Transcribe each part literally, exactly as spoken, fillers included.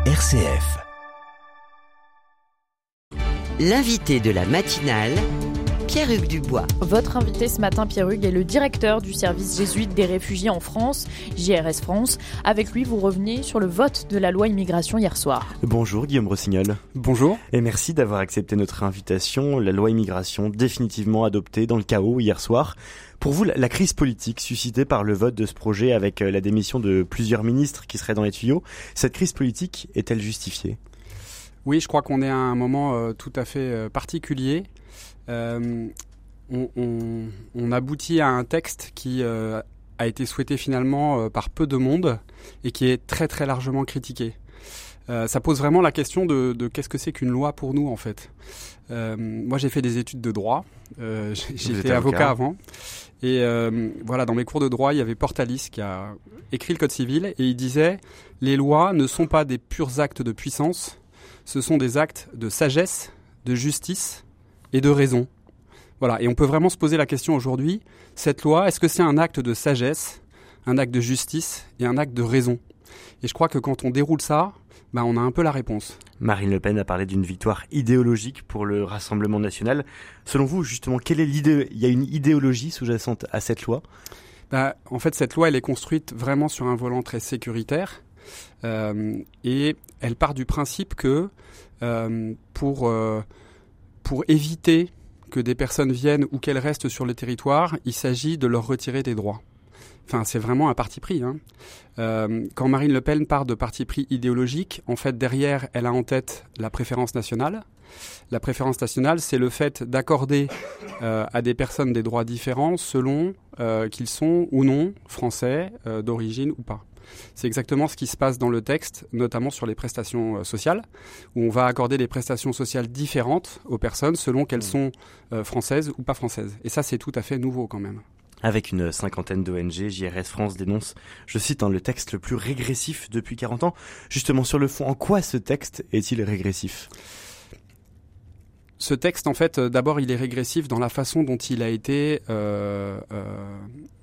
R C F. L'invité de la matinale, Pierre-Hugues Dubois. Votre invité ce matin, Pierre-Hugues, est le directeur du service jésuite des réfugiés en France, J R S France. Avec lui, vous revenez sur le vote de la loi immigration hier soir. Bonjour Guillaume Rossignol. Bonjour. Et merci d'avoir accepté notre invitation. La loi immigration définitivement adoptée dans le chaos hier soir. Pour vous, la crise politique suscitée par le vote de ce projet avec la démission de plusieurs ministres qui seraient dans les tuyaux, cette crise politique est-elle justifiée ? Oui, je crois qu'on est à un moment euh, tout à fait euh, particulier. Euh, on, on, on aboutit à un texte qui euh, a été souhaité finalement euh, par peu de monde et qui est très très largement critiqué. Euh, ça pose vraiment la question de, de qu'est-ce que c'est qu'une loi pour nous en fait. Euh, moi j'ai fait des études de droit, euh, j'étais avocat avant. Et euh, voilà, dans mes cours de droit, il y avait Portalis qui a écrit le Code civil et il disait « Les lois ne sont pas des purs actes de puissance, ce sont des actes de sagesse, de justice et de raison. » Voilà, et on peut vraiment se poser la question aujourd'hui, cette loi, est-ce que c'est un acte de sagesse, un acte de justice et un acte de raison ? Et je crois que quand on déroule ça, ben on a un peu la réponse. Marine Le Pen a parlé d'une victoire idéologique pour le Rassemblement national. Selon vous, justement, quelle est l'idée ? Il y a une idéologie sous-jacente à cette loi ? Ben, en fait, cette loi, elle est construite vraiment sur un volant très sécuritaire. Euh, et elle part du principe que euh, pour, euh, pour éviter que des personnes viennent ou qu'elles restent sur le territoire, il s'agit de leur retirer des droits. Enfin, c'est vraiment un parti pris. Hein. Euh, quand Marine Le Pen part de parti pris idéologique, en fait, derrière, elle a en tête la préférence nationale. La préférence nationale, c'est le fait d'accorder euh, à des personnes des droits différents selon euh, qu'ils sont ou non français, euh, d'origine ou pas. C'est exactement ce qui se passe dans le texte, notamment sur les prestations euh, sociales, où on va accorder des prestations sociales différentes aux personnes selon qu'elles sont euh, françaises ou pas françaises. Et ça, c'est tout à fait nouveau quand même. Avec une cinquantaine d'O N G, J R S France dénonce, je cite, hein, le texte le plus régressif depuis quarante ans. Justement, sur le fond, en quoi ce texte est-il régressif ? Ce texte, en fait, d'abord, il est régressif dans la façon dont il a été euh, euh,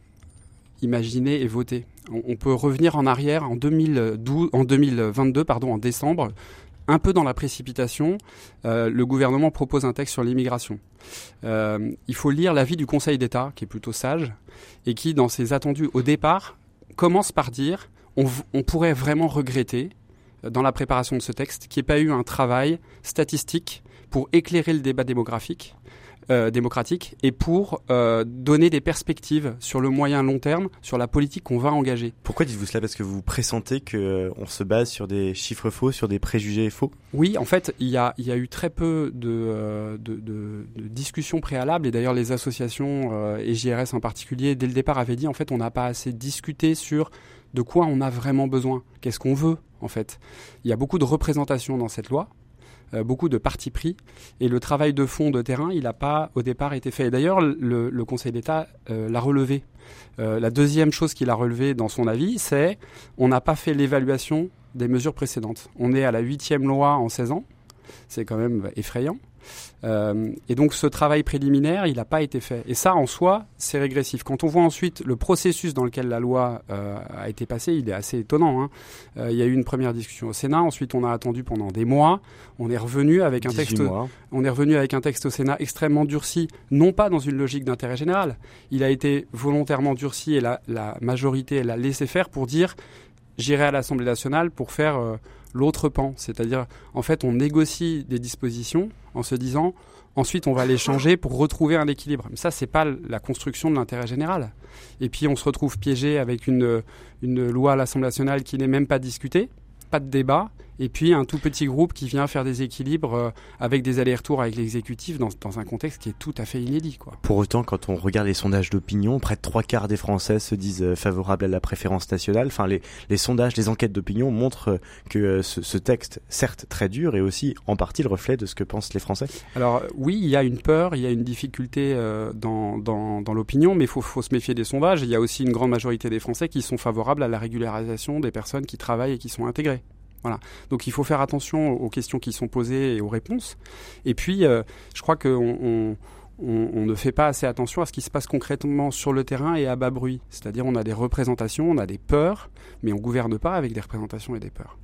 imaginé et voté. On, on peut revenir en arrière en, deux mille douze, en deux mille vingt-deux, pardon, en décembre. Un peu dans la précipitation, euh, le gouvernement propose un texte sur l'immigration. Euh, il faut lire l'avis du Conseil d'État, qui est plutôt sage, et qui, dans ses attendus au départ, commence par dire on, v- on pourrait vraiment regretter, euh, dans la préparation de ce texte, qu'il n'y ait pas eu un travail statistique pour éclairer le débat démographique, euh, démocratique et pour euh, donner des perspectives sur le moyen long terme, sur la politique qu'on va engager. Pourquoi dites-vous cela ? Parce que vous pressentez qu'on euh, se base sur des chiffres faux, sur des préjugés faux ? Oui, en fait, il y a, il y a eu très peu de, euh, de, de, de discussions préalables et d'ailleurs les associations euh, et J R S en particulier, dès le départ, avaient dit en fait on n'a pas assez discuté sur de quoi on a vraiment besoin, qu'est-ce qu'on veut en fait. Il y a beaucoup de représentations dans cette loi. Euh, beaucoup de partis pris et le travail de fond de terrain il n'a pas au départ été fait et d'ailleurs le, le Conseil d'État euh, l'a relevé. Euh, la deuxième chose qu'il a relevé dans son avis, c'est on n'a pas fait l'évaluation des mesures précédentes. On est à la huitième loi en seize ans, c'est quand même effrayant. Euh, et donc ce travail préliminaire, il n'a pas été fait. Et ça, en soi, c'est régressif. Quand on voit ensuite le processus dans lequel la loi euh, a été passée, il est assez étonnant. Hein. Euh, il y a eu une première discussion au Sénat, ensuite on a attendu pendant des mois. On est revenu avec un texte, mois. on est revenu avec un texte au Sénat extrêmement durci, non pas dans une logique d'intérêt général. Il a été volontairement durci et la, la majorité l'a laissé faire pour dire j'irai à l'Assemblée nationale pour faire euh, l'autre pan. C'est-à-dire, en fait, on négocie des dispositions en se disant, ensuite, on va les changer pour retrouver un équilibre. Mais ça, c'est pas la construction de l'intérêt général. Et puis, on se retrouve piégé avec une, une loi à l'Assemblée nationale qui n'est même pas discutée, pas de débat, et puis un tout petit groupe qui vient faire des équilibres euh, avec des allers-retours avec l'exécutif dans, dans un contexte qui est tout à fait inédit, quoi. Pour autant, quand on regarde les sondages d'opinion, près de trois quarts des Français se disent euh, favorables à la préférence nationale. Enfin, les, les sondages, les enquêtes d'opinion montrent euh, que euh, ce, ce texte, certes très dur, est aussi en partie le reflet de ce que pensent les Français. Alors oui, il y a une peur, il y a une difficulté euh, dans, dans, dans l'opinion, mais il faut, faut se méfier des sondages. Il y a aussi une grande majorité des Français qui sont favorables à la régularisation des personnes qui travaillent et qui sont intégrées. Voilà. Donc il faut faire attention aux questions qui sont posées et aux réponses. Et puis, euh, je crois qu'on on, on, on ne fait pas assez attention à ce qui se passe concrètement sur le terrain et à bas bruit. C'est-à-dire on a des représentations, on a des peurs, mais on ne gouverne pas avec des représentations et des peurs.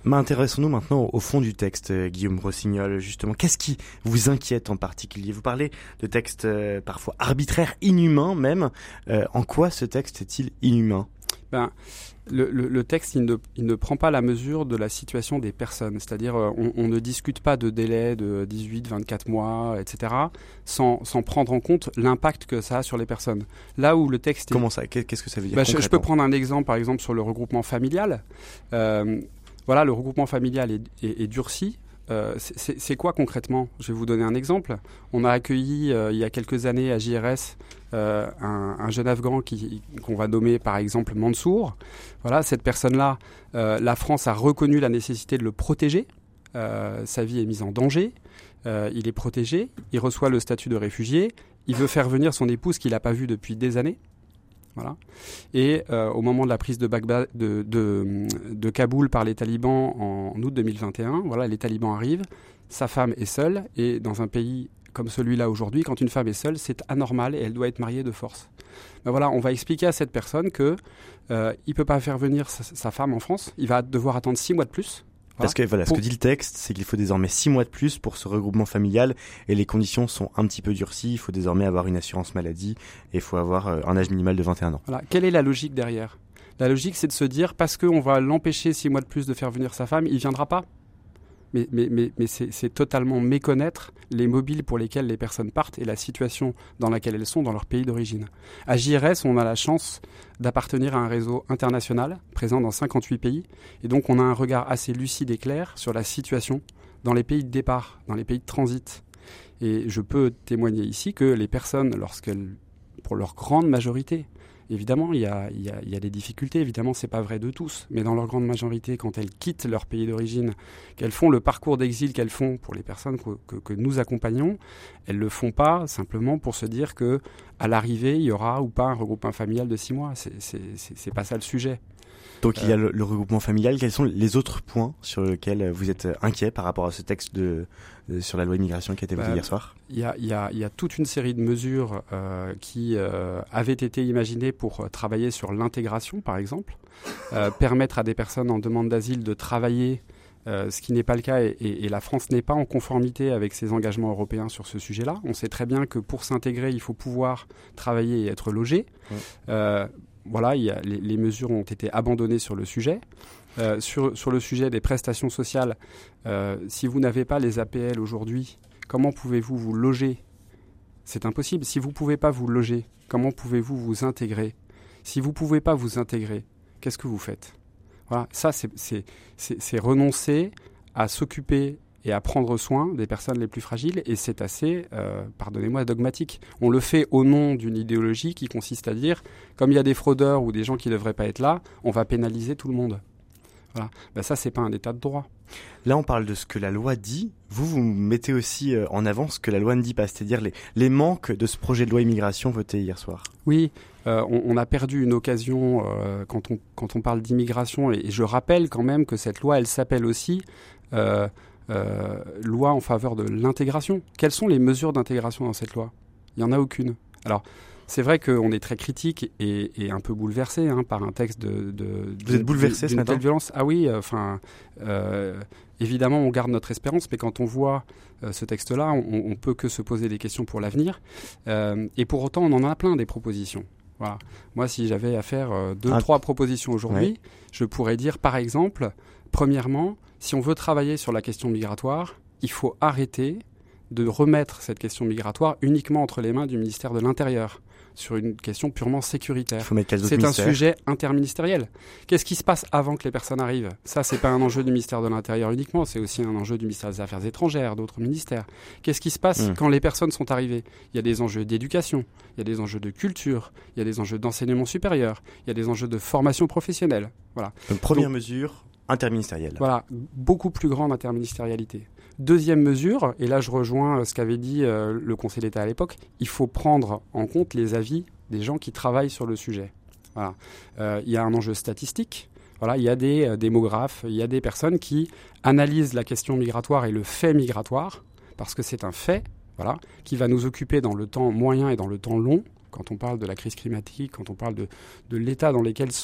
Mais intéressons-nous maintenant au fond du texte, euh, Guillaume Rossignol. Justement, qu'est-ce qui vous inquiète en particulier ? Vous parlez de textes euh, parfois arbitraires, inhumains même. Euh, en quoi ce texte est-il inhumain ? Ben, le, le, le texte, il ne, il ne prend pas la mesure de la situation des personnes. C'est-à-dire, on, on ne discute pas de délai de dix-huit, vingt-quatre mois, et cetera, sans, sans prendre en compte l'impact que ça a sur les personnes. Là où le texte... Comment ça ? Qu'est-ce que ça veut dire ? Ben, je, je peux prendre un exemple, par exemple, sur le regroupement familial. Euh, voilà, le regroupement familial est, est, est durci. Euh, c'est, c'est quoi concrètement ? Je vais vous donner un exemple. On a accueilli euh, il y a quelques années à J R S euh, un, un jeune Afghan qui, qu'on va nommer par exemple Mansour. Voilà, cette personne-là, euh, la France a reconnu la nécessité de le protéger. Euh, sa vie est mise en danger. Euh, il est protégé. Il reçoit le statut de réfugié. Il veut faire venir son épouse qu'il n'a pas vue depuis des années. Voilà. Et euh, au moment de la prise de, Bagba, de, de, de Kaboul par les talibans en août deux mille vingt et un, voilà, les talibans arrivent, sa femme est seule, et dans un pays comme celui-là aujourd'hui, quand une femme est seule, c'est anormal et elle doit être mariée de force. Ben voilà, on va expliquer à cette personne que euh, il peut pas faire venir sa, sa femme en France, il va devoir attendre six mois de plus. Voilà. Parce que voilà, pour... ce que dit le texte, c'est qu'il faut désormais six mois de plus pour ce regroupement familial et les conditions sont un petit peu durcies. Il faut désormais avoir une assurance maladie et il faut avoir un âge minimal de vingt et un ans. Voilà. Quelle est la logique derrière ? La logique, c'est de se dire, parce qu'on va l'empêcher six mois de plus de faire venir sa femme, il ne viendra pas. Mais, mais, mais, mais c'est, c'est totalement méconnaître les mobiles pour lesquels les personnes partent et la situation dans laquelle elles sont dans leur pays d'origine. À J R S, on a la chance d'appartenir à un réseau international présent dans cinquante-huit pays. Et donc, on a un regard assez lucide et clair sur la situation dans les pays de départ, dans les pays de transit. Et je peux témoigner ici que les personnes, lorsqu'elles, pour leur grande majorité, évidemment, il y a, il y a, il y a des difficultés. Évidemment, c'est pas vrai de tous. Mais dans leur grande majorité, quand elles quittent leur pays d'origine, qu'elles font le parcours d'exil qu'elles font pour les personnes que, que, que nous accompagnons, elles le font pas simplement pour se dire que à l'arrivée, il y aura ou pas un regroupement familial de six mois. C'est, c'est, c'est, c'est pas ça le sujet. Donc euh, il y a le, le regroupement familial. Quels sont les autres points sur lesquels vous êtes inquiet par rapport à ce texte de, de sur la loi immigration qui a été voté bah, hier soir ? Il y a, il y a, il y a toute une série de mesures euh, qui euh, avaient été imaginées pour travailler sur l'intégration, par exemple, euh, permettre à des personnes en demande d'asile de travailler, euh, ce qui n'est pas le cas, et, et, et la France n'est pas en conformité avec ses engagements européens sur ce sujet-là. On sait très bien que pour s'intégrer, il faut pouvoir travailler et être logé. Ouais. Euh, Voilà, il y a, les, les mesures ont été abandonnées sur le sujet. Euh, sur, sur le sujet des prestations sociales, euh, si vous n'avez pas les A P L aujourd'hui, comment pouvez-vous vous loger ? C'est impossible. Si vous ne pouvez pas vous loger, comment pouvez-vous vous intégrer ? Si vous ne pouvez pas vous intégrer, qu'est-ce que vous faites ? Voilà, ça, c'est, c'est, c'est, c'est renoncer à s'occuper et à prendre soin des personnes les plus fragiles, et c'est assez, euh, pardonnez-moi, dogmatique. On le fait au nom d'une idéologie qui consiste à dire, comme il y a des fraudeurs ou des gens qui ne devraient pas être là, on va pénaliser tout le monde. Voilà. Ben ça, c'est pas un état de droit. Là, on parle de ce que la loi dit. Vous, vous mettez aussi en avant ce que la loi ne dit pas, c'est-à-dire les, les manques de ce projet de loi immigration voté hier soir. Oui, euh, on, on a perdu une occasion euh, quand, on, quand on parle d'immigration, et, et je rappelle quand même que cette loi, elle s'appelle aussi... Euh, Euh, loi en faveur de l'intégration. Quelles sont les mesures d'intégration dans cette loi ? Il n'y en a aucune. Alors, c'est vrai qu'on est très critique et, et un peu bouleversé hein, par un texte de... de Vous de, êtes bouleversé ce matin ? Telle violence. Ah oui, enfin, euh, évidemment, on garde notre espérance, mais quand on voit euh, ce texte-là, on ne peut que se poser des questions pour l'avenir. Euh, et pour autant, on en a plein des propositions. Voilà. Moi, si j'avais à faire euh, deux, ah. trois propositions aujourd'hui, ouais. je pourrais dire, par exemple, premièrement, si on veut travailler sur la question migratoire, il faut arrêter de remettre cette question migratoire uniquement entre les mains du ministère de l'Intérieur, sur une question purement sécuritaire. Il faut mettre c'est ministères. Un sujet interministériel. Qu'est-ce qui se passe avant que les personnes arrivent ? Ça, c'est pas un enjeu du ministère de l'Intérieur uniquement, c'est aussi un enjeu du ministère des Affaires étrangères, d'autres ministères. Qu'est-ce qui se passe mmh. quand les personnes sont arrivées ? Il y a des enjeux d'éducation, il y a des enjeux de culture, il y a des enjeux d'enseignement supérieur, il y a des enjeux de formation professionnelle. Voilà. Donc, première Donc, mesure, interministérielle. Voilà, beaucoup plus grande interministérialité. Deuxième mesure, et là je rejoins ce qu'avait dit euh, le Conseil d'État à l'époque, il faut prendre en compte les avis des gens qui travaillent sur le sujet. Voilà. Euh, il y a un enjeu statistique, voilà, il y a des euh, démographes, il y a des personnes qui analysent la question migratoire et le fait migratoire, parce que c'est un fait voilà, qui va nous occuper dans le temps moyen et dans le temps long, quand on parle de la crise climatique, quand on parle de, de l'état dans lequel sont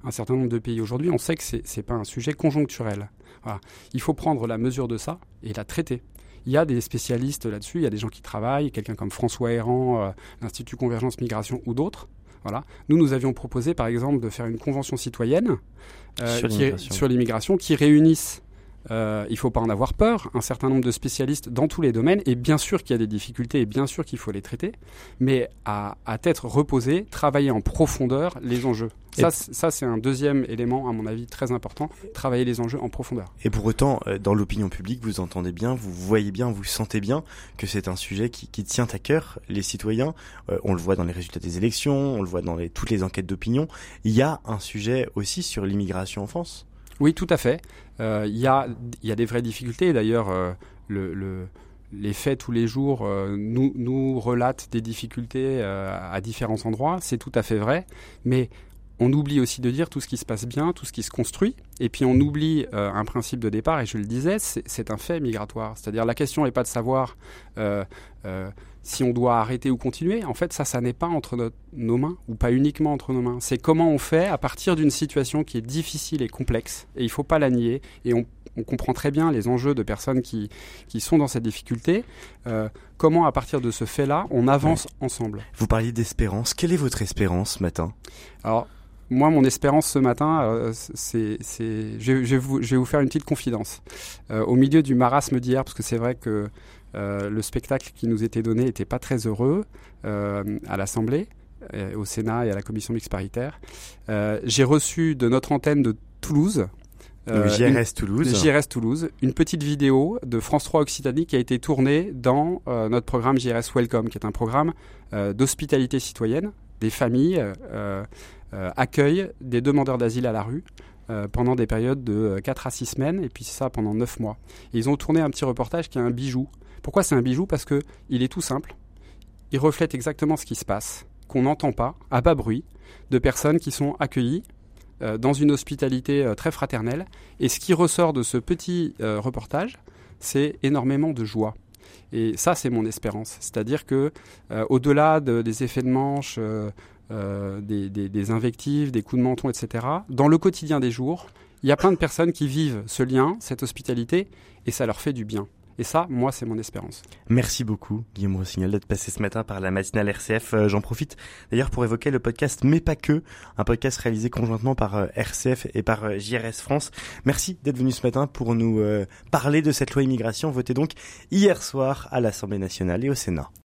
un certain nombre de pays aujourd'hui, on sait que c'est, c'est pas un sujet conjoncturel. Voilà. Il faut prendre la mesure de ça et la traiter. Il y a des spécialistes là-dessus, il y a des gens qui travaillent, quelqu'un comme François Héran, euh, l'Institut Convergence Migration ou d'autres. Voilà. Nous, nous avions proposé, par exemple, de faire une convention citoyenne euh, sur, qui, l'immigration. sur l'immigration qui réunisse, euh, il ne faut pas en avoir peur, un certain nombre de spécialistes dans tous les domaines. Et bien sûr qu'il y a des difficultés et bien sûr qu'il faut les traiter, mais à, à tête reposée, travailler en profondeur les enjeux. Ça, c- ça, c'est un deuxième élément, à mon avis, très important, travailler les enjeux en profondeur. Et pour autant, euh, dans l'opinion publique, vous entendez bien, vous voyez bien, vous sentez bien que c'est un sujet qui, qui tient à cœur les citoyens. Euh, on le voit dans les résultats des élections, on le voit dans les, toutes les enquêtes d'opinion. Il y a un sujet aussi sur l'immigration en France. Oui, tout à fait. Euh, il y a, il y a des vraies difficultés. D'ailleurs, euh, le, le, les faits tous les jours euh, nous, nous relatent des difficultés euh, à différents endroits. C'est tout à fait vrai. Mais on oublie aussi de dire tout ce qui se passe bien, tout ce qui se construit. Et puis on oublie euh, un principe de départ, et je le disais, c'est, c'est un fait migratoire. C'est-à-dire la question n'est pas de savoir euh, euh, si on doit arrêter ou continuer. En fait, ça, ça n'est pas entre notre, nos mains, ou pas uniquement entre nos mains. C'est comment on fait à partir d'une situation qui est difficile et complexe, et il ne faut pas la nier. Et on, on comprend très bien les enjeux de personnes qui, qui sont dans cette difficulté. Euh, comment, à partir de ce fait-là, on avance ouais. ensemble. Vous parliez d'espérance. Quelle est votre espérance ce matin ? Alors, moi, mon espérance ce matin, euh, c'est, c'est, je, je, vais vous, je vais vous faire une petite confidence. Euh, au milieu du marasme d'hier, parce que c'est vrai que euh, le spectacle qui nous était donné n'était pas très heureux euh, à l'Assemblée, euh, au Sénat et à la Commission mixte paritaire, euh, j'ai reçu de notre antenne de Toulouse, Euh, J R S Toulouse. J R S Toulouse, une petite vidéo de France trois Occitanie qui a été tournée dans euh, notre programme J R S Welcome, qui est un programme euh, d'hospitalité citoyenne. Des familles euh, euh, accueillent des demandeurs d'asile à la rue euh, pendant des périodes de quatre à six semaines, et puis ça pendant neuf mois. Et ils ont tourné un petit reportage qui est un bijou. Pourquoi c'est un bijou ? Parce qu'il est tout simple. Il reflète exactement ce qui se passe, qu'on n'entend pas, à bas bruit, de personnes qui sont accueillies dans une hospitalité euh, très fraternelle. Et ce qui ressort de ce petit euh, reportage, c'est énormément de joie. Et ça, c'est mon espérance. C'est-à-dire que, euh, au-delà de, des effets de manche, euh, euh, des, des, des invectives, des coups de menton, et cetera, dans le quotidien des jours, il y a plein de personnes qui vivent ce lien, cette hospitalité, et ça leur fait du bien. Et ça, moi, c'est mon espérance. Merci beaucoup, Guillaume Rossignol, d'être passé ce matin par la matinale R C F. Euh, j'en profite d'ailleurs pour évoquer le podcast Mais pas que, un podcast réalisé conjointement par euh, R C F et par euh, J R S France. Merci d'être venu ce matin pour nous euh, parler de cette loi immigration votée donc hier soir à l'Assemblée nationale et au Sénat.